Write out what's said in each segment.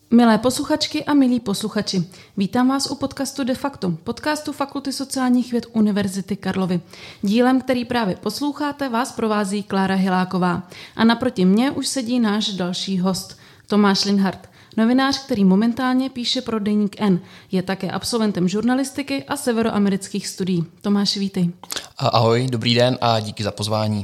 Milé posluchačky a milí posluchači, vítám vás u podcastu De facto, podcastu Fakulty sociálních věd Univerzity Karlovy. Dílem, který právě posloucháte, vás provází Klára Hiláková. A naproti mně už sedí náš další host, Tomáš Linhart, novinář, který momentálně píše pro deník N. Je také absolventem žurnalistiky a severoamerických studií. Tomáš, vítej. Ahoj, dobrý den a díky za pozvání.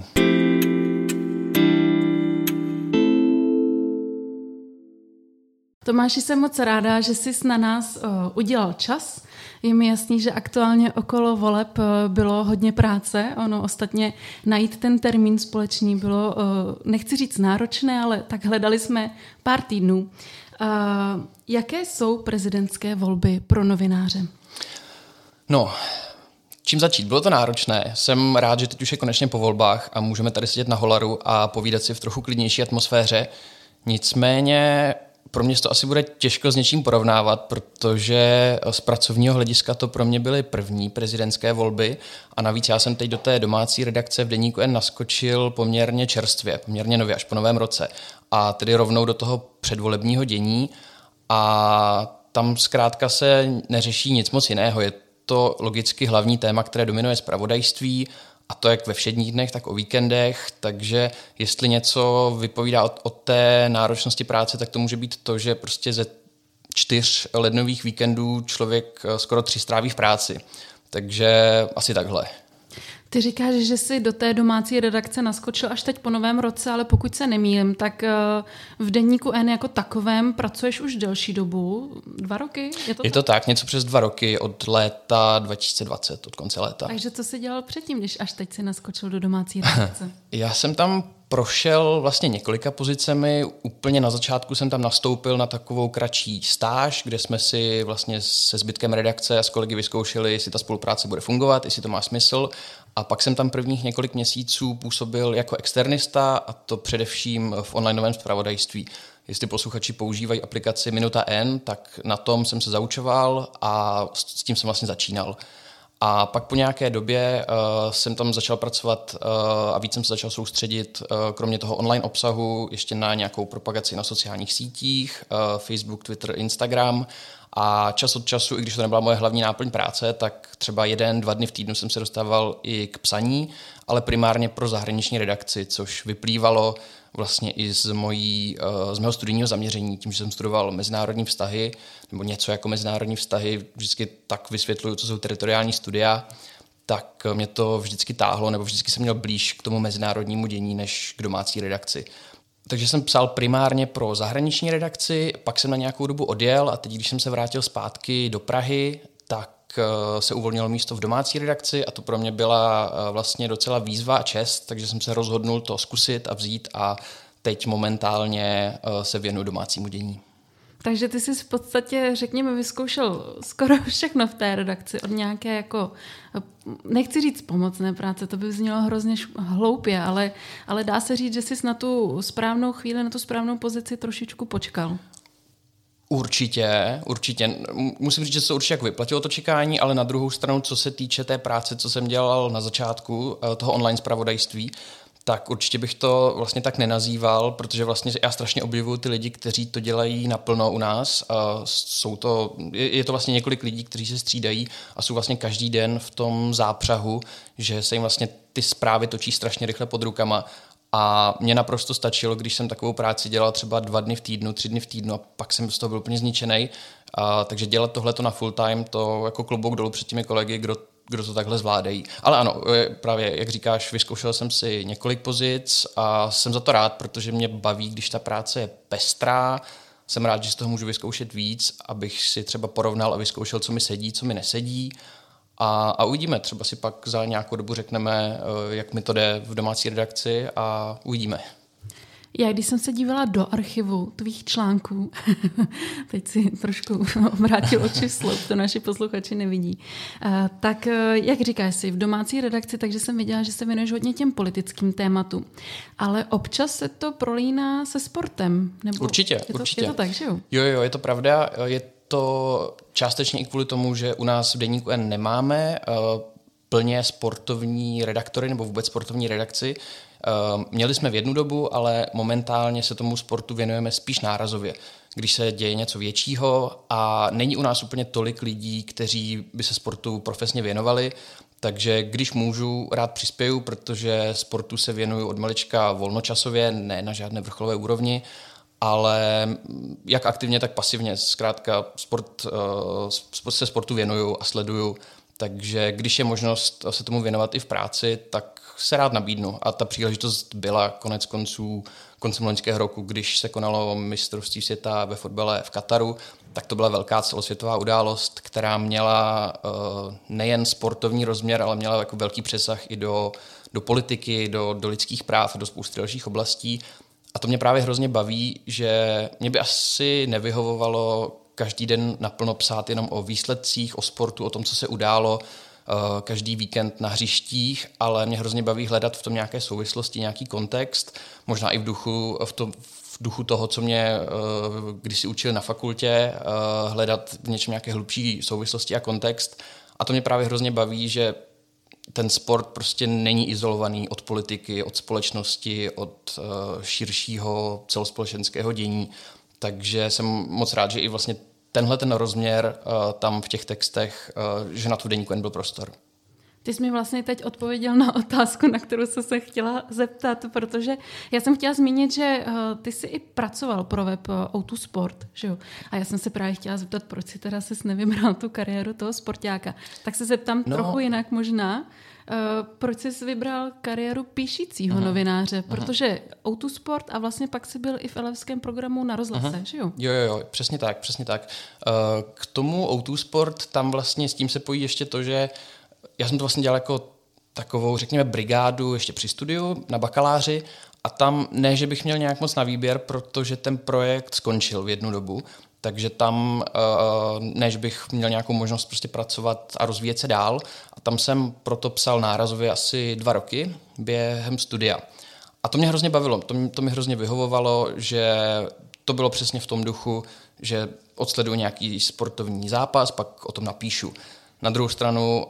Tomáši, jsem moc ráda, že jsi na nás udělal čas. Je mi jasný, že aktuálně okolo voleb bylo hodně práce. Ono ostatně najít ten termín společný bylo, nechci říct náročné, ale tak hledali jsme pár týdnů. Jaké jsou prezidentské volby pro novináře? No, čím začít? Bylo to náročné. Jsem rád, že teď už je konečně po volbách a můžeme tady sedět na holaru a povídat si v trochu klidnější atmosféře. Nicméně pro mě to asi bude těžko s něčím porovnávat, protože z pracovního hlediska to pro mě byly první prezidentské volby a navíc já jsem teď do té domácí redakce v deníku N naskočil poměrně čerstvě, poměrně nově, až po novém roce. A tedy rovnou do toho předvolebního dění a tam zkrátka se neřeší nic moc jiného. Je to logicky hlavní téma, které dominuje zpravodajství, a to jak ve všedních dnech, tak o víkendech, takže jestli něco vypovídá o té náročnosti práce, tak to může být to, že prostě ze 4 lednových víkendů člověk skoro 3 stráví v práci. Takže asi takhle. Ty říkáš, že jsi do té domácí redakce naskočil až teď po novém roce, ale pokud se nemýlím, tak v deníku N jako takovém pracuješ už delší dobu, 2 roky? Je to tak, něco přes 2 roky od léta 2020, od konce léta. Takže co jsi dělal předtím, když až teď jsi naskočil do domácí redakce? Já jsem tam prošel vlastně několika pozicemi. Úplně na začátku jsem tam nastoupil na takovou kratší stáž, kde jsme si vlastně se zbytkem redakce a s kolegy vyzkoušeli, jestli ta spolupráce bude fungovat, jestli to má smysl. A pak jsem tam prvních několik měsíců působil jako externista, a to především v onlineovém zpravodajství. Jestli posluchači používají aplikaci Minuta N, tak na tom jsem se zaučoval a s tím jsem vlastně začínal. A pak po nějaké době jsem tam začal pracovat a víc jsem se začal soustředit kromě toho online obsahu ještě na nějakou propagaci na sociálních sítích, Facebook, Twitter, Instagram. A čas od času, i když to nebyla moje hlavní náplň práce, tak třeba 1-2 dny v týdnu jsem se dostával i k psaní, ale primárně pro zahraniční redakci, což vyplývalo vlastně i z mého studijního zaměření, tím, že jsem studoval mezinárodní vztahy, nebo něco jako mezinárodní vztahy, vždycky tak vysvětluju, co jsou teritoriální studia, tak mě to vždycky táhlo, nebo vždycky jsem měl blíž k tomu mezinárodnímu dění, než k domácí redakci. Takže jsem psal primárně pro zahraniční redakci, pak jsem na nějakou dobu odjel a teď, když jsem se vrátil zpátky do Prahy, tak se uvolnilo místo v domácí redakci a to pro mě byla vlastně docela výzva a čest, takže jsem se rozhodnul to zkusit a vzít a teď momentálně se věnuju domácímu dění. Takže ty jsi v podstatě, řekněme, vyzkoušel skoro všechno v té redakci, od nějaké jako, nechci říct pomocné práce, to by znělo hrozně hloupě, ale dá se říct, že jsi na tu správnou chvíli, na tu správnou pozici trošičku počkal. Určitě. Musím říct, že se to určitě jako vyplatilo to čekání, ale na druhou stranu, co se týče té práce, co jsem dělal na začátku toho online zpravodajství, tak určitě bych to vlastně tak nenazýval, protože vlastně já strašně obdivuju ty lidi, kteří to dělají naplno u nás. Je to vlastně několik lidí, kteří se střídají a jsou vlastně každý den v tom zápřahu, že se jim vlastně ty zprávy točí strašně rychle pod rukama. A mně naprosto stačilo, když jsem takovou práci dělal třeba 2 dny v týdnu, 3 dny v týdnu a pak jsem z toho byl úplně zničenej. Takže dělat tohleto na full time, to jako klobouk dolů před těmi kolegy, kdo to takhle zvládají. Ale ano, právě jak říkáš, vyzkoušel jsem si několik pozic a jsem za to rád, protože mě baví, když ta práce je pestrá. Jsem rád, že z toho můžu vyzkoušet víc, abych si třeba porovnal a vyzkoušel, co mi sedí, co mi nesedí. A uvidíme, třeba si pak za nějakou dobu řekneme, jak mi to jde v domácí redakci a uvidíme. Já, když jsem se dívala do archivu tvých článků, teď si trošku obrátil oči sloup, to naši posluchači nevidí, tak jak říkáš si, v domácí redakci, takže jsem viděla, že se věnuješ hodně těm politickým tématům, ale občas se to prolíná se sportem. Nebo určitě. Je to tak, že jo? Jo, je to pravda. Je to částečně i kvůli tomu, že u nás v deníku N nemáme plně sportovní redaktory nebo vůbec sportovní redakci. Měli jsme v jednu dobu, ale momentálně se tomu sportu věnujeme spíš nárazově, když se děje něco většího a není u nás úplně tolik lidí, kteří by se sportu profesně věnovali, takže když můžu, rád přispěju, protože sportu se věnuju od malička volnočasově, ne na žádné vrcholové úrovni, ale jak aktivně, tak pasivně. Zkrátka se sportu věnuju a sleduju, takže když je možnost se tomu věnovat i v práci, tak se rád nabídnu. A ta příležitost byla konec konců koncem loňského roku, když se konalo mistrovství světa ve fotbale v Kataru, tak to byla velká celosvětová událost, která měla nejen sportovní rozměr, ale měla jako velký přesah i do politiky, do lidských práv, do spousty dalších oblastí. A to mě právě hrozně baví, že mě by asi nevyhovovalo každý den naplno psát jenom o výsledcích, o sportu, o tom, co se událo každý víkend na hřištích, ale mě hrozně baví hledat v tom nějaké souvislosti, nějaký kontext, možná i v duchu toho, co mě když si učili na fakultě, hledat v něčem nějaké hlubší souvislosti a kontext. A to mě právě hrozně baví, že ten sport prostě není izolovaný od politiky, od společnosti, od širšího celospolečenského dění. Takže jsem moc rád, že i vlastně tenhle ten rozměr tam v těch textech, že na tu Deníku N byl prostor. Ty jsi mi vlastně teď odpověděl na otázku, na kterou jsem se chtěla zeptat, protože já jsem chtěla zmínit, že ty jsi i pracoval pro web O2 Sport, že jo? A já jsem se právě chtěla zeptat, proč si teda ses nevybral tu kariéru toho sportáka. Tak se zeptám trochu jinak možná. Proč jsi vybral kariéru píšícího novináře? Protože O2 Sport a vlastně pak jsi byl i v elevském programu na rozhlase, že jo? Jo, přesně tak. K tomu O2 Sport, tam vlastně s tím se pojí ještě to, že já jsem to vlastně dělal jako takovou, řekněme, brigádu ještě při studiu na bakaláři a tam ne, že bych měl nějak moc na výběr, protože ten projekt skončil v jednu dobu, takže tam ne, že bych měl nějakou možnost prostě pracovat a rozvíjet se dál a tam jsem proto psal nárazově asi 2 roky během studia. A to mě hrozně bavilo, to mi hrozně vyhovovalo, že to bylo přesně v tom duchu, že odsleduju nějaký sportovní zápas, pak o tom napíšu. Na druhou stranu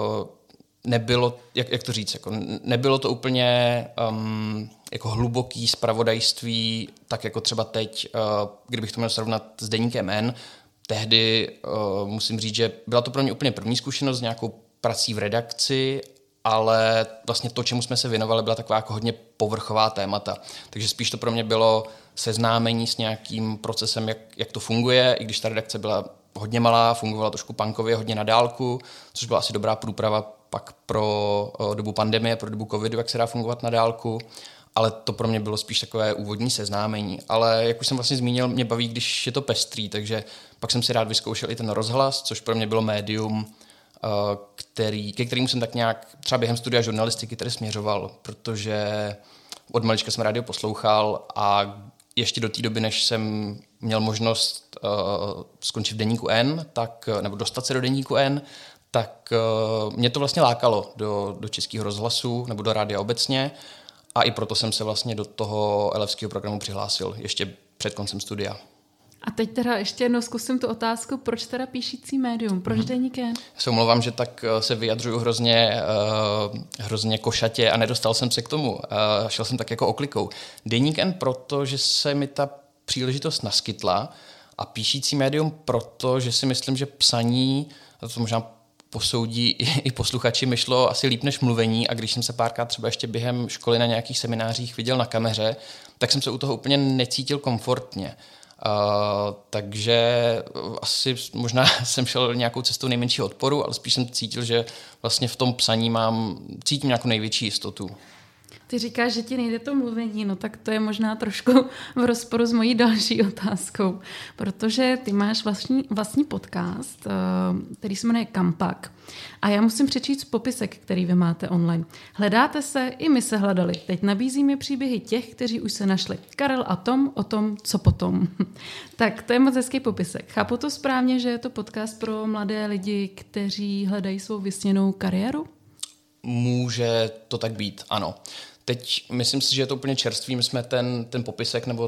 nebylo, jak to říct, jako nebylo to úplně jako hluboký zpravodajství, tak jako třeba teď, kdybych to měl srovnat s Deníkem N. Tehdy musím říct, že byla to pro mě úplně první zkušenost s nějakou prací v redakci, ale vlastně to, čemu jsme se věnovali, byla taková jako hodně povrchová témata. Takže spíš to pro mě bylo seznámení s nějakým procesem, jak to funguje, i když ta redakce byla hodně malá, fungovala trošku punkově, hodně na dálku, což byla asi dobrá průprava pak pro dobu pandemie, pro dobu covidu, jak se dá fungovat na dálku, ale to pro mě bylo spíš takové úvodní seznámení. Ale jak už jsem vlastně zmínil, mě baví, když je to pestrý, takže pak jsem si rád vyzkoušel i ten rozhlas, což pro mě bylo médium, ke kterému jsem tak nějak třeba během studia žurnalistiky tady směřoval, protože od malička jsem rádio poslouchal a ještě do té doby, než jsem měl možnost skončit v Deníku N, nebo dostat se do Deníku N, tak mě to vlastně lákalo do Českého rozhlasu nebo do rádia obecně a i proto jsem se vlastně do toho elevského programu přihlásil ještě před koncem studia. A teď teda ještě jednou zkusím tu otázku, proč teda píšící médium, proč Deník N? Já se omlouvám, že tak se vyjadřuju hrozně košatě a nedostal jsem se k tomu. Šel jsem tak jako oklikou. Deník N, protože se mi ta příležitost naskytla a píšící médium, protože si myslím, že psaní, to možná posoudí i posluchači, mi šlo asi líp než mluvení a když jsem se párkrát třeba ještě během školy na nějakých seminářích viděl na kameře, tak jsem se u toho úplně necítil komfortně. Takže asi možná jsem šel nějakou cestou nejmenšího odporu, ale spíš jsem cítil, že vlastně v tom psaní cítím nějakou největší jistotu. Ty říkáš, že ti nejde to mluvení, no tak to je možná trošku v rozporu s mojí další otázkou, protože ty máš vlastní podcast, který se jmenuje Kampak. A já musím přečíst popisek, který vy máte online. Hledáte se, i my se hledali. Teď nabízíme příběhy těch, kteří už se našli. Karel a Tom o tom, co potom. Tak to je moc hezký popisek. Chápu to správně, že je to podcast pro mladé lidi, kteří hledají svou vysněnou kariéru? Může to tak být, ano. Teď myslím si, že je to úplně čerstvý. My jsme ten popisek nebo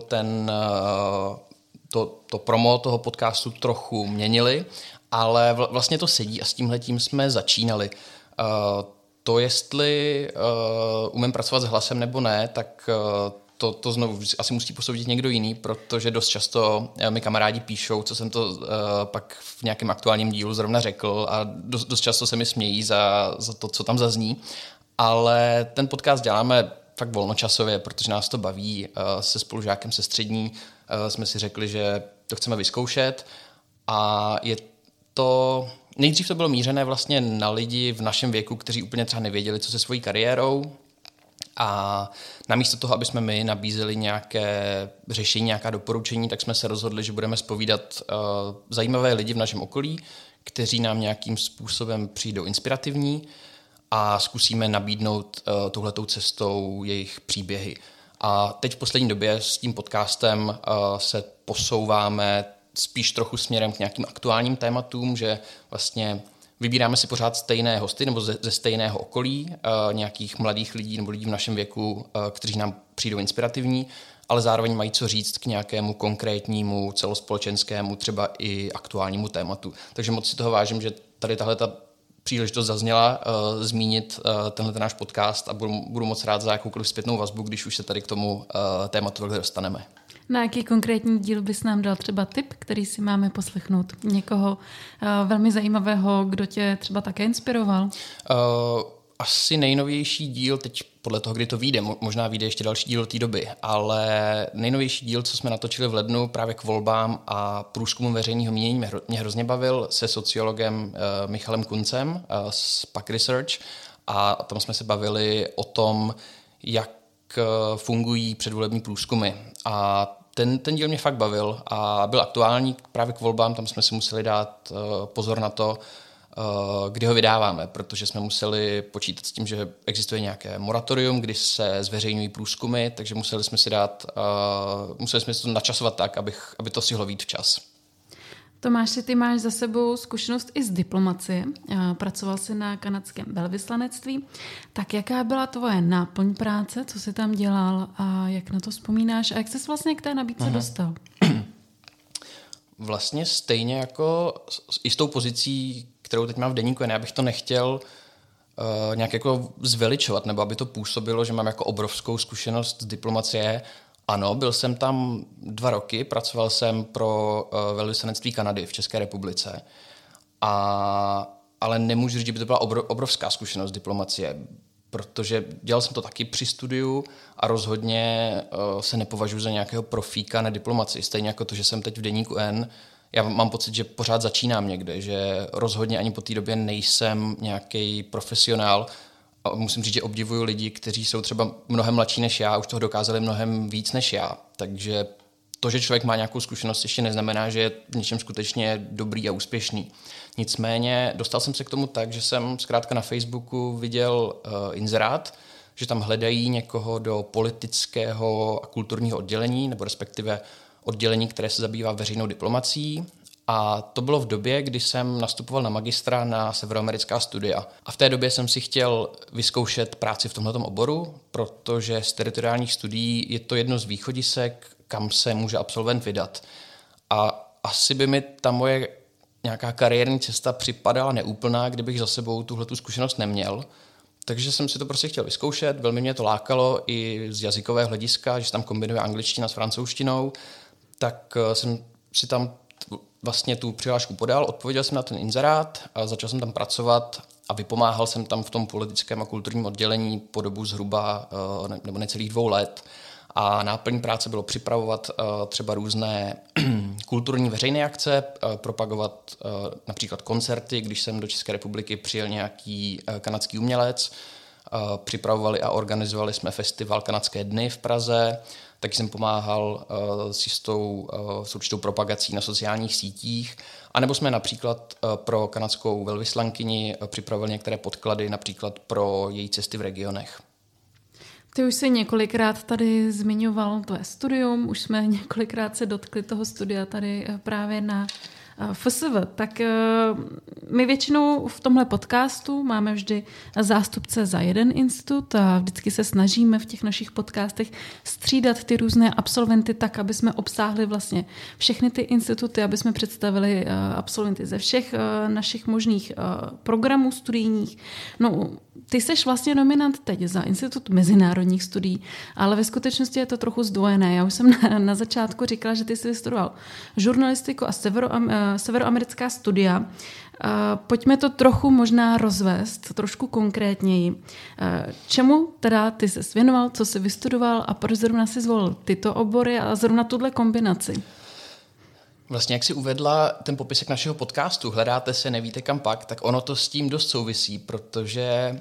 to promo toho podcastu trochu měnili, ale vlastně to sedí a s tímhletím jsme začínali. To, jestli umím pracovat s hlasem nebo ne, tak to znovu asi musí posoudit někdo jiný, protože dost často mi kamarádi píšou, co jsem to pak v nějakém aktuálním dílu zrovna řekl a dost často se mi smějí za to, co tam zazní. Ale ten podcast děláme fakt volnočasově, protože nás to baví. Se spolužákem se střední jsme si řekli, že to chceme vyzkoušet a je to... Nejdřív to bylo mířené vlastně na lidi v našem věku, kteří úplně třeba nevěděli, co se svojí kariérou, a namísto toho, aby jsme my nabízeli nějaké řešení, nějaká doporučení, tak jsme se rozhodli, že budeme zpovídat zajímavé lidi v našem okolí, kteří nám nějakým způsobem přijdou inspirativní a zkusíme nabídnout touhletou cestou jejich příběhy. A teď v poslední době s tím podcastem se posouváme spíš trochu směrem k nějakým aktuálním tématům, že vlastně vybíráme si pořád stejné hosty nebo ze stejného okolí, nějakých mladých lidí nebo lidí v našem věku, kteří nám přijdou inspirativní, ale zároveň mají co říct k nějakému konkrétnímu, celospolečenskému, třeba i aktuálnímu tématu. Takže moc si toho vážím, že tady tahle ta příležitost zazněla zmínit tenhle náš podcast a budu moc rád za jakoukoliv zpětnou vazbu, když už se tady k tomu tématu takhle dostaneme. Na jaký konkrétní díl bys nám dal třeba tip, který si máme poslechnout? Někoho velmi zajímavého, kdo tě třeba také inspiroval? Asi nejnovější díl, teď podle toho, kdy to vyjde, možná vyjde ještě další díl té doby, ale nejnovější díl, co jsme natočili v lednu právě k volbám a průzkumu veřejného mínění, mě hrozně bavil se sociologem Michalem Kuncem z PAC Research a tam jsme se bavili o tom, jak fungují předvolební průzkumy. A ten díl mě fakt bavil a byl aktuální právě k volbám, tam jsme si museli dát pozor na to, kdy ho vydáváme, protože jsme museli počítat s tím, že existuje nějaké moratorium, kdy se zveřejňují průzkumy, takže museli jsme si to načasovat tak, aby to stihlo vyjít včas. Tomáši, ty máš za sebou zkušenost i z diplomacie. Pracoval jsi na kanadském velvyslanectví. Tak jaká byla tvoje náplň práce, co jsi tam dělal a jak na to vzpomínáš a jak jsi vlastně k té nabídce dostal? Vlastně stejně jako i s tou pozicí, kterou teď mám v deníku, já bych to nechtěl nějak jako zveličovat, nebo aby to působilo, že mám jako obrovskou zkušenost z diplomacie. Ano, byl jsem tam 2 roky, pracoval jsem pro velvyslanectví Kanady v České republice, ale nemůžu říct, že by to byla obrovská zkušenost diplomacie, protože dělal jsem to taky při studiu a rozhodně se nepovažuji za nějakého profíka na diplomacii. Stejně jako to, že jsem teď v deníku N, já mám pocit, že pořád začínám někde, že rozhodně ani po té době nejsem nějaký profesionál. A musím říct, že obdivuju lidi, kteří jsou třeba mnohem mladší než já, už toho dokázali mnohem víc než já. Takže to, že člověk má nějakou zkušenost, ještě neznamená, že je v něčem skutečně dobrý a úspěšný. Nicméně dostal jsem se k tomu tak, že jsem zkrátka na Facebooku viděl inzerát, že tam hledají někoho do politického a kulturního oddělení, nebo respektive oddělení, které se zabývá veřejnou diplomacií. A to bylo v době, kdy jsem nastupoval na magistra na severoamerická studia. A v té době jsem si chtěl vyzkoušet práci v tomhletom oboru, protože z teritoriálních studií je to jedno z východisek, kam se může absolvent vydat. A asi by mi ta moje nějaká kariérní cesta připadala neúplná, kdybych za sebou tuhletu zkušenost neměl. Takže jsem si to prostě chtěl vyzkoušet, velmi mě to lákalo i z jazykového hlediska, že se tam kombinuje angličtina s francouzštinou, tak jsem si tam vlastně tu přihlášku podal, odpověděl jsem na ten inzerát a začal jsem tam pracovat a vypomáhal jsem tam v tom politickém a kulturním oddělení po dobu zhruba nebo necelých 2 let. A náplň práce bylo připravovat třeba různé kulturní veřejné akce, propagovat například koncerty, když jsem do České republiky přijel nějaký kanadský umělec. Připravovali a organizovali jsme festival Kanadské dny v Praze, taky jsem pomáhal s určitou propagací na sociálních sítích, anebo jsme například pro kanadskou velvyslankyni připravili některé podklady, například pro její cesty v regionech. Ty už jsi několikrát tady zmiňoval tvoje studium, už jsme několikrát se dotkli toho studia tady právě na FSV, tak my většinou v tomhle podcastu máme vždy zástupce za jeden institut a vždycky se snažíme v těch našich podcastech střídat ty různé absolventy tak, aby jsme obsáhli vlastně všechny ty instituty, aby jsme představili absolventy ze všech našich možných programů studijních. No, ty seš vlastně nominant teď za Institut mezinárodních studií, ale ve skutečnosti je to trochu zdvojené. Já už jsem na začátku říkala, že ty jsi vystudoval žurnalistiku a severoamerická studia. Pojďme to trochu možná rozvést, trošku konkrétněji. Čemu teda ty jsi věnoval, co jsi vystudoval a proč zrovna jsi zvolil tyto obory a zrovna tuhle kombinaci? Vlastně, jak si uvedla ten popisek našeho podcastu, hledáte se, nevíte kam pak, tak ono to s tím dost souvisí, protože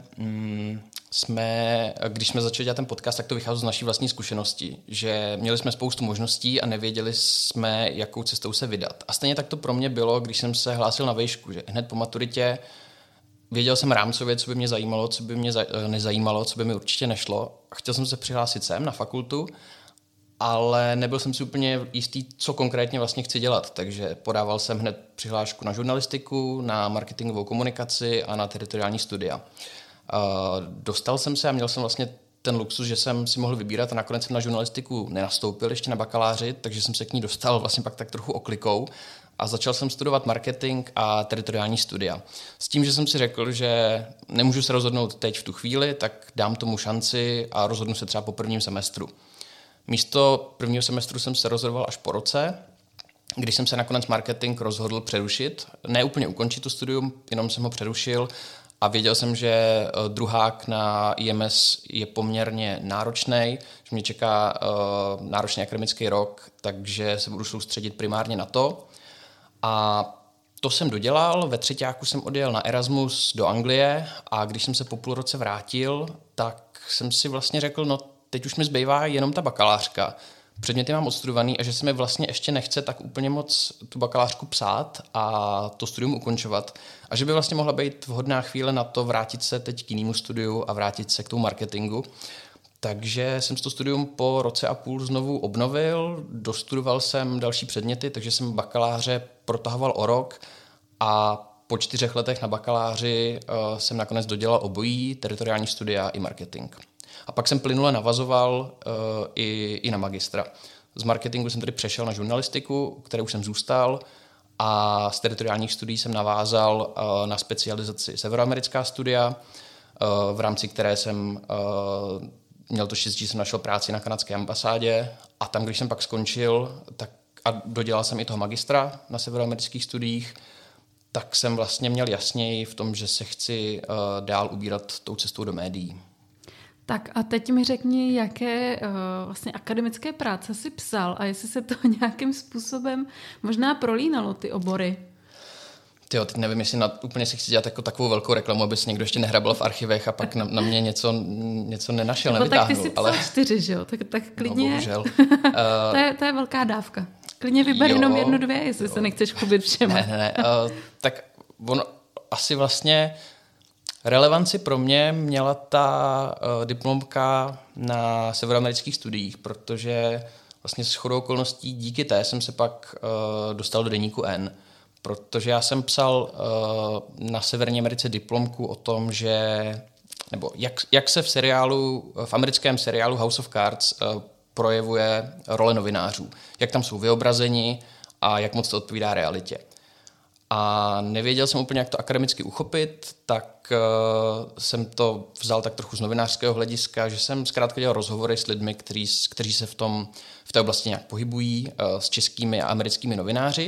když jsme začali dělat ten podcast, tak to vycházelo z naší vlastní zkušenosti, že měli jsme spoustu možností a nevěděli jsme, jakou cestou se vydat. A stejně tak to pro mě bylo, když jsem se hlásil na vejšku, že hned po maturitě věděl jsem rámcově, co by mě zajímalo, co by mě nezajímalo, co by mi určitě nešlo. A chtěl jsem se přihlásit sem na fakultu, ale nebyl jsem si úplně jistý, co konkrétně vlastně chci dělat, takže podával jsem hned přihlášku na žurnalistiku, na marketingovou komunikaci a na teritoriální studia. Dostal jsem se a měl jsem vlastně ten luxus, že jsem si mohl vybírat a nakonec jsem na žurnalistiku nenastoupil ještě na bakaláři, takže jsem se k ní dostal vlastně pak tak trochu oklikou a začal jsem studovat marketing a teritoriální studia. S tím, že jsem si řekl, že nemůžu se rozhodnout teď v tu chvíli, tak dám tomu šanci a rozhodnu se třeba po prvním semestru. Místo prvního semestru jsem se rozhodoval až po roce, když jsem se nakonec marketing rozhodl přerušit. Ne úplně ukončit to studium, jenom jsem ho přerušil a věděl jsem, že druhák na IMS je poměrně náročný, že mě čeká náročný akademický rok, takže se budu soustředit primárně na to. A to jsem dodělal, ve třeťáku jsem odjel na Erasmus do Anglie a když jsem se po půl roce vrátil, tak jsem si vlastně řekl, no teď už mi zbývá jenom ta bakalářka. Předměty mám odstudovaný a že se mi vlastně ještě nechce tak úplně moc tu bakalářku psát a to studium ukončovat. A že by vlastně mohla být vhodná chvíle na to vrátit se teď k jinému studiu a vrátit se k tomu marketingu. Takže jsem to studium po roce a půl znovu obnovil, dostudoval jsem další předměty, takže jsem bakaláře protahoval o rok a po 4 letech na bakaláři jsem nakonec dodělal obojí, teritoriální studia i marketing. A pak jsem plynule navazoval i na magistra. Z marketingu jsem tedy přešel na žurnalistiku, které už jsem zůstal, a z teritoriálních studií jsem navázal na specializaci severoamerická studia, v rámci které jsem měl to štěstí, že jsem našel práci na kanadské ambasádě a tam, když jsem pak skončil tak a dodělal jsem i toho magistra na severoamerických studiích, tak jsem vlastně měl jasněji v tom, že se chci dál ubírat tou cestou do médií. Tak a teď mi řekni, jaké vlastně akademické práce jsi psal a jestli se to nějakým způsobem možná prolínalo ty obory. Tyjo, teď nevím, jestli úplně si chci dělat jako takovou velkou reklamu, aby si někdo ještě nehrabal v archivech a pak na mě něco nenašel, nevytáhnul. Tak ty jsi psal 4, že jo? Tak klidně. No, bohužel. To je velká dávka. Klidně vyber jenom 1, 2, jestli se nechceš chlubit všema. Ne. Tak on asi vlastně relevanci pro mě měla ta diplomka na severoamerických studiích, protože vlastně shodou okolností díky té jsem se pak dostal do deníku N, protože já jsem psal na Severní Americe diplomku o tom, nebo jak se v americkém seriálu House of Cards projevuje role novinářů, jak tam jsou vyobrazeni a jak moc to odpovídá realitě. A nevěděl jsem úplně, jak to akademicky uchopit, tak jsem to vzal tak trochu z novinářského hlediska, že jsem zkrátka dělal rozhovory s lidmi, kteří se v té oblasti nějak pohybují, s českými a americkými novináři,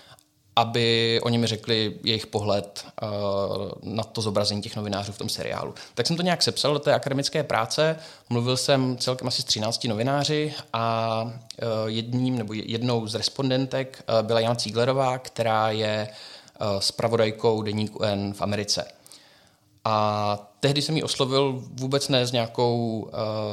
aby oni mi řekli jejich pohled na to zobrazení těch novinářů v tom seriálu. Tak jsem to nějak sepsal do té akademické práce, mluvil jsem celkem asi s 13 novináři a jednou z respondentek byla Jana Cíglerová, která je zpravodajkou deníku N v Americe. A tehdy jsem ji oslovil vůbec ne s nějakou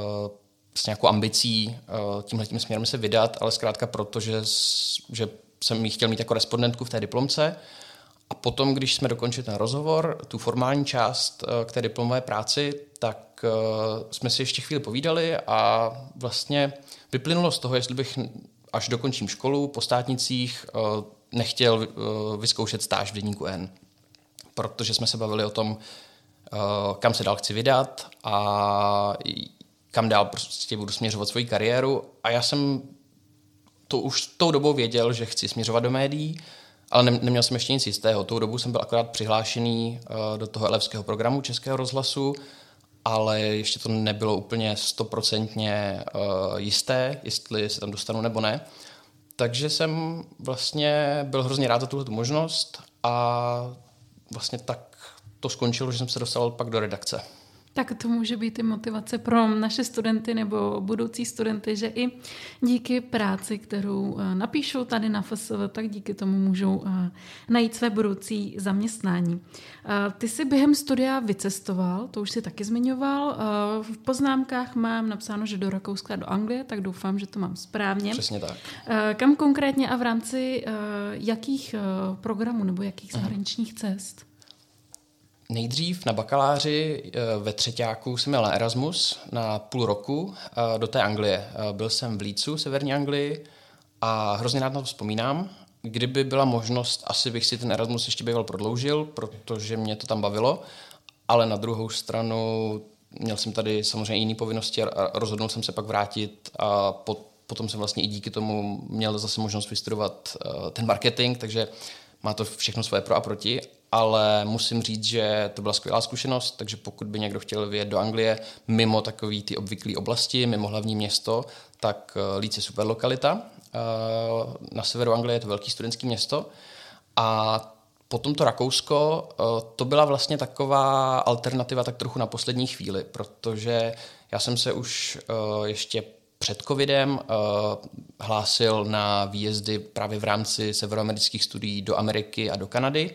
ambicí tímhletím směrem se vydat, ale zkrátka proto, že jsem ji chtěl mít jako respondentku v té diplomce. A potom, když jsme dokončili ten rozhovor, tu formální část k té diplomové práci, tak jsme si ještě chvíli povídali a vlastně vyplynulo z toho, jestli bych, až dokončím školu po státnicích, nechtěl vyzkoušet stáž v Deníku N, protože jsme se bavili o tom, kam se dál chci vydat a kam dál prostě budu směřovat svoji kariéru. A já jsem to už tou dobou věděl, že chci směřovat do médií, ale neměl jsem ještě nic jistého. Tou dobu jsem byl akorát přihlášený do toho elevského programu Českého rozhlasu, ale ještě to nebylo úplně 100% jisté, jestli se tam dostanu nebo ne. Takže jsem vlastně byl hrozně rád za tuhletu možnost a vlastně tak to skončilo, že jsem se dostal pak do redakce. Tak to může být i motivace pro naše studenty nebo budoucí studenty, že i díky práci, kterou napíšou tady na FSV, tak díky tomu můžou najít své budoucí zaměstnání. Ty jsi během studia vycestoval, to už si taky zmiňoval. V poznámkách mám napsáno, že do Rakouska a do Anglie, tak doufám, že to mám správně. Přesně tak. Kam konkrétně a v rámci jakých programů nebo jakých zahraničních cest? Nejdřív na bakaláři ve třeťáku jsem měl na Erasmus na půl roku do té Anglie. Byl jsem v Leedsu, severní Anglii a hrozně rád na to vzpomínám. Kdyby byla možnost, asi bych si ten Erasmus ještě býval prodloužil, protože mě to tam bavilo, ale na druhou stranu měl jsem tady samozřejmě jiné povinnosti a rozhodnul jsem se pak vrátit a potom jsem vlastně i díky tomu měl zase možnost vystudovat ten marketing, takže má to všechno svoje pro a proti, ale musím říct, že to byla skvělá zkušenost, takže pokud by někdo chtěl vyjet do Anglie mimo takový ty obvyklé oblasti, mimo hlavní město, tak Leeds je super lokalita. Na severu Anglie je to velký studentský město a potom to Rakousko, to byla vlastně taková alternativa tak trochu na poslední chvíli, protože já jsem se už ještě před covidem hlásil na výjezdy právě v rámci severoamerických studií do Ameriky a do Kanady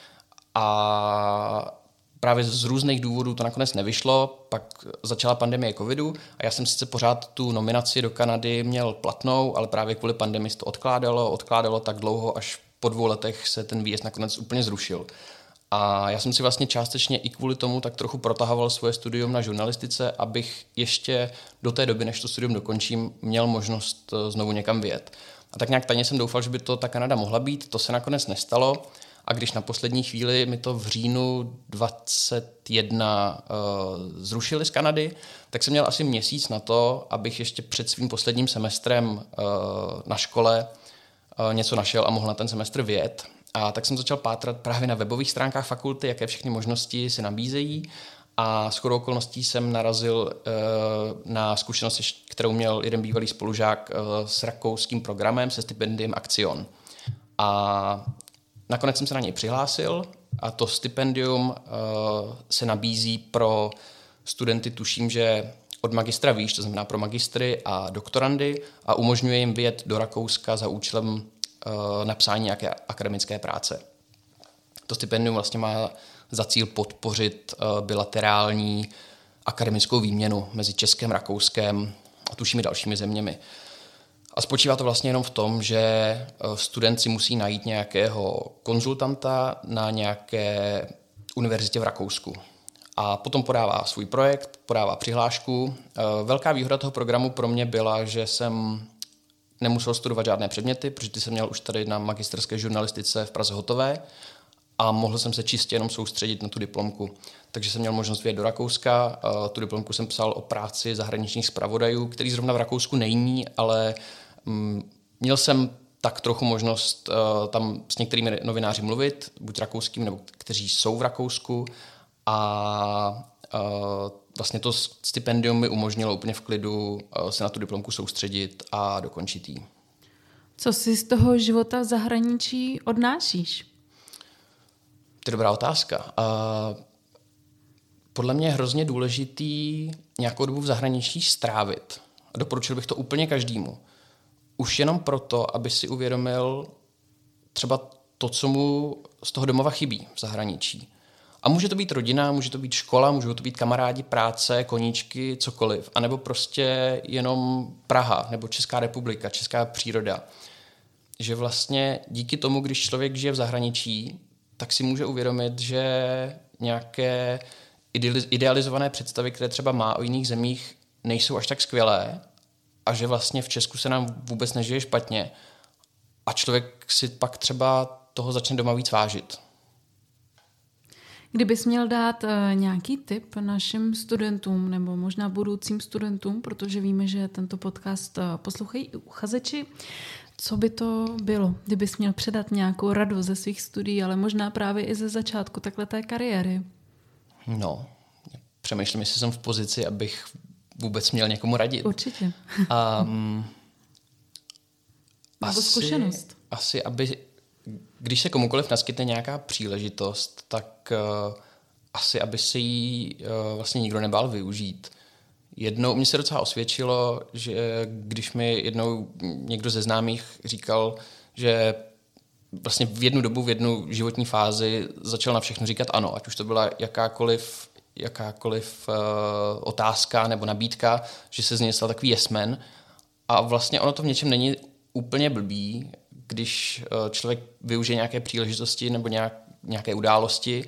a právě z různých důvodů to nakonec nevyšlo, pak začala pandemie covidu a já jsem sice pořád tu nominaci do Kanady měl platnou, ale právě kvůli pandemii to odkládalo tak dlouho, až po 2 letech se ten výjezd nakonec úplně zrušil. A já jsem si vlastně částečně i kvůli tomu tak trochu protahoval svoje studium na žurnalistice, abych ještě do té doby, než to studium dokončím, měl možnost znovu někam vyjet. A tak nějak tajně jsem doufal, že by to ta Kanada mohla být, to se nakonec nestalo. A když na poslední chvíli mi to v říjnu 2021 zrušili z Kanady, tak jsem měl asi měsíc na to, abych ještě před svým posledním semestrem na škole něco našel a mohl na ten semestr vyjet. A tak jsem začal pátrat právě na webových stránkách fakulty, jaké všechny možnosti se nabízejí. A shodou okolností jsem narazil na zkušenost, kterou měl jeden bývalý spolužák s rakouským programem se stipendiem Akcion. A nakonec jsem se na něj přihlásil a to stipendium se nabízí pro studenty, tuším, že od magistra výš, to znamená pro magistry a doktorandy a umožňuje jim vyjet do Rakouska za účelem napsání nějaké akademické práce. To stipendium vlastně má za cíl podpořit bilaterální akademickou výměnu mezi Českem, Rakouskem a tuším i dalšími zeměmi. A spočívá to vlastně jenom v tom, že student si musí najít nějakého konzultanta na nějaké univerzitě v Rakousku. A potom podává svůj projekt, podává přihlášku. Velká výhoda toho programu pro mě byla, že jsem nemusel studovat žádné předměty, protože ty jsem měl už tady na magisterské žurnalistice v Praze hotové a mohl jsem se čistě jenom soustředit na tu diplomku. Takže jsem měl možnost vyjet do Rakouska, tu diplomku jsem psal o práci zahraničních zpravodajů, který zrovna v Rakousku není, ale měl jsem tak trochu možnost tam s některými novináři mluvit, buď rakouskými, nebo kteří jsou v Rakousku a vlastně to stipendium mi umožnilo úplně v klidu se na tu diplomku soustředit a dokončit ji. Co si z toho života v zahraničí odnášíš? To je dobrá otázka. Podle mě je hrozně důležitý nějakou dobu v zahraničí strávit. A doporučil bych to úplně každému. Už jenom proto, aby si uvědomil třeba to, co mu z toho domova chybí v zahraničí. A může to být rodina, může to být škola, můžou to být kamarádi, práce, koníčky, cokoliv. A nebo prostě jenom Praha, nebo Česká republika, česká příroda. Že vlastně díky tomu, když člověk žije v zahraničí, tak si může uvědomit, že nějaké idealizované představy, které třeba má o jiných zemích, nejsou až tak skvělé a že vlastně v Česku se nám vůbec nežije špatně. a člověk si pak třeba toho začne doma víc vážit. Kdybys měl dát nějaký tip našim studentům nebo možná budoucím studentům, protože víme, že tento podcast poslouchají i uchazeči, co by to bylo, kdybys měl předat nějakou radu ze svých studií, ale možná právě i ze začátku takhleté kariéry? No, přemýšlím, jestli jsem v pozici, abych vůbec měl někomu radit. Určitě. Nebo zkušenost. Asi, když se komukoliv naskytne nějaká příležitost, tak asi, aby se jí vlastně nikdo nebál využít. Jednou, mně se docela osvědčilo, že když mi jednou někdo ze známých říkal, že vlastně v jednu dobu, v jednu životní fázi začal na všechno říkat ano, ať už to byla jakákoliv otázka nebo nabídka, že se z něj stal takový yes man. A vlastně ono to v něčem není úplně blbý, když člověk využije nějaké příležitosti nebo nějaké události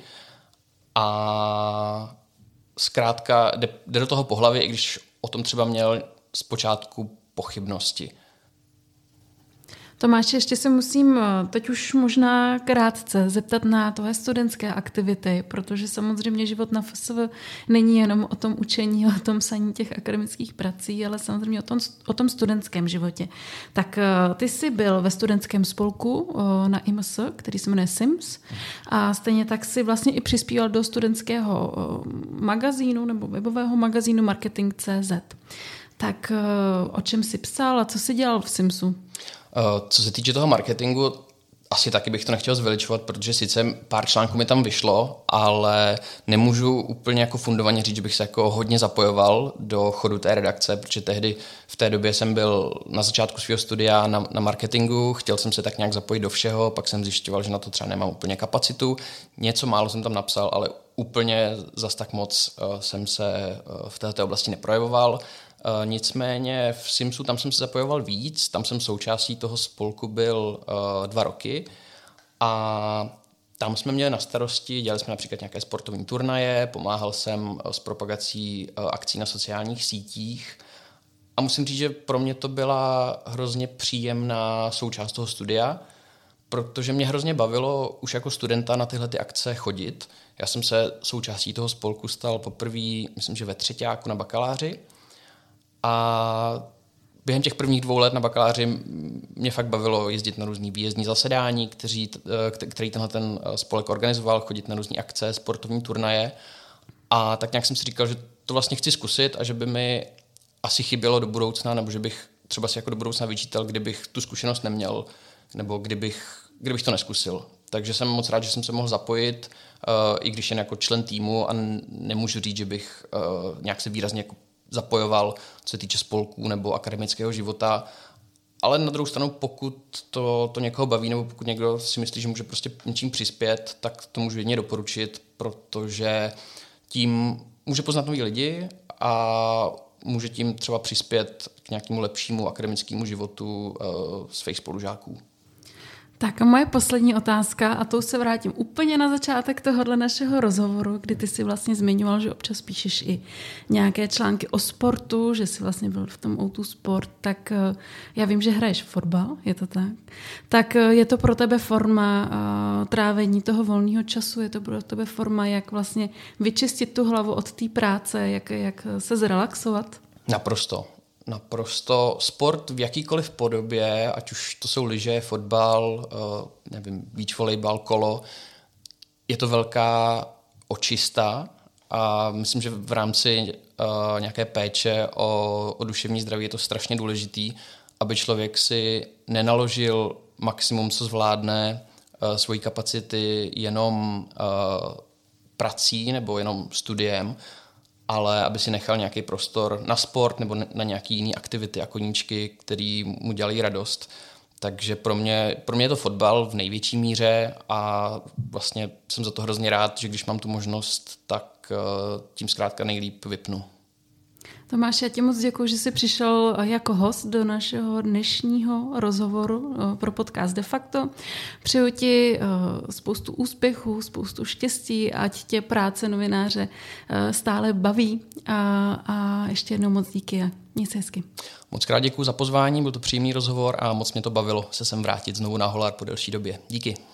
a zkrátka jde do toho po hlavě, i když o tom třeba měl zpočátku pochybnosti. Tomáši, ještě se musím teď už možná krátce zeptat na tvoje studentské aktivity, protože samozřejmě život na FSV není jenom o tom učení, o tom psaní těch akademických prací, ale samozřejmě o tom studentském životě. Tak ty jsi byl ve studentském spolku na IMS, který se jmenuje SIMS, a stejně tak si vlastně i přispíval do studentského magazínu nebo webového magazínu Marketing.cz. Tak o čem jsi psal a co jsi dělal v SIMSu? Co se týče toho marketingu, asi taky bych to nechtěl zveličovat, protože sice pár článků mi tam vyšlo, ale nemůžu úplně jako fundovaně říct, že bych se jako hodně zapojoval do chodu té redakce, protože tehdy v té době jsem byl na začátku svého studia na marketingu, chtěl jsem se tak nějak zapojit do všeho, pak jsem zjišťoval, že na to třeba nemám úplně kapacitu. Něco málo jsem tam napsal, ale úplně zas tak moc jsem se v této oblasti neprojevoval. Nicméně v SIMSu tam jsem se zapojoval víc, tam jsem součástí toho spolku byl 2 roky a tam jsme měli na starosti, dělali jsme například nějaké sportovní turnaje, pomáhal jsem s propagací akcí na sociálních sítích a musím říct, že pro mě to byla hrozně příjemná součást toho studia, protože mě hrozně bavilo už jako studenta na tyhle ty akce chodit. Já jsem se součástí toho spolku stal poprvé, myslím, že ve třeťáku na bakaláři. A během těch prvních 2 let na bakaláři mě fakt bavilo jezdit na různý výjezdní zasedání, který tenhle ten spolek organizoval, chodit na různé akce, sportovní turnaje. A tak nějak jsem si říkal, že to vlastně chci zkusit a že by mi asi chybělo do budoucna, nebo že bych třeba si jako do budoucna vyčítal, kdybych tu zkušenost neměl, nebo kdybych to neskusil. Takže jsem moc rád, že jsem se mohl zapojit, i když jen jako člen týmu, a nemůžu říct, že bych nějak se výrazně jako zapojoval, co se týče spolků nebo akademického života. Ale na druhou stranu, pokud to někoho baví, nebo pokud někdo si myslí, že může prostě něčím přispět, tak to můžu jedně doporučit, protože tím může poznat nový lidi a může tím třeba přispět k nějakému lepšímu akademickému životu svých spolužáků. Tak a moje poslední otázka, a tou se vrátím úplně na začátek tohohle našeho rozhovoru, kdy ty si vlastně zmiňoval, že občas píšeš i nějaké články o sportu, že jsi vlastně byl v tom O2 Sport, tak já vím, že hraješ fotbal, je to tak? Tak je to pro tebe forma trávení toho volného času, je to pro tebe forma, jak vlastně vyčistit tu hlavu od té práce, jak se zrelaxovat? Naprosto. Sport v jakýkoliv podobě, ať už to jsou lyže, fotbal, beach volejbal, kolo, je to velká očista a myslím, že v rámci nějaké péče o duševní zdraví je to strašně důležitý, aby člověk si nenaložil maximum, co zvládne, svojí kapacity jenom prací nebo jenom studiem, ale aby si nechal nějaký prostor na sport nebo na nějaký jiný aktivity a koníčky, který mu dělají radost. Takže pro mě je to fotbal v největší míře a vlastně jsem za to hrozně rád, že když mám tu možnost, tak tím zkrátka nejlíp vypnu. Tomáš, já ti moc děkuji, že jsi přišel jako host do našeho dnešního rozhovoru pro podcast De facto. Přeju ti spoustu úspěchů, spoustu štěstí, ať tě práce novináře stále baví a ještě jednou moc díky a měj se hezky. Moc krát děkuji za pozvání, byl to příjemný rozhovor a moc mě to bavilo se sem vrátit znovu na Holár po delší době. Díky.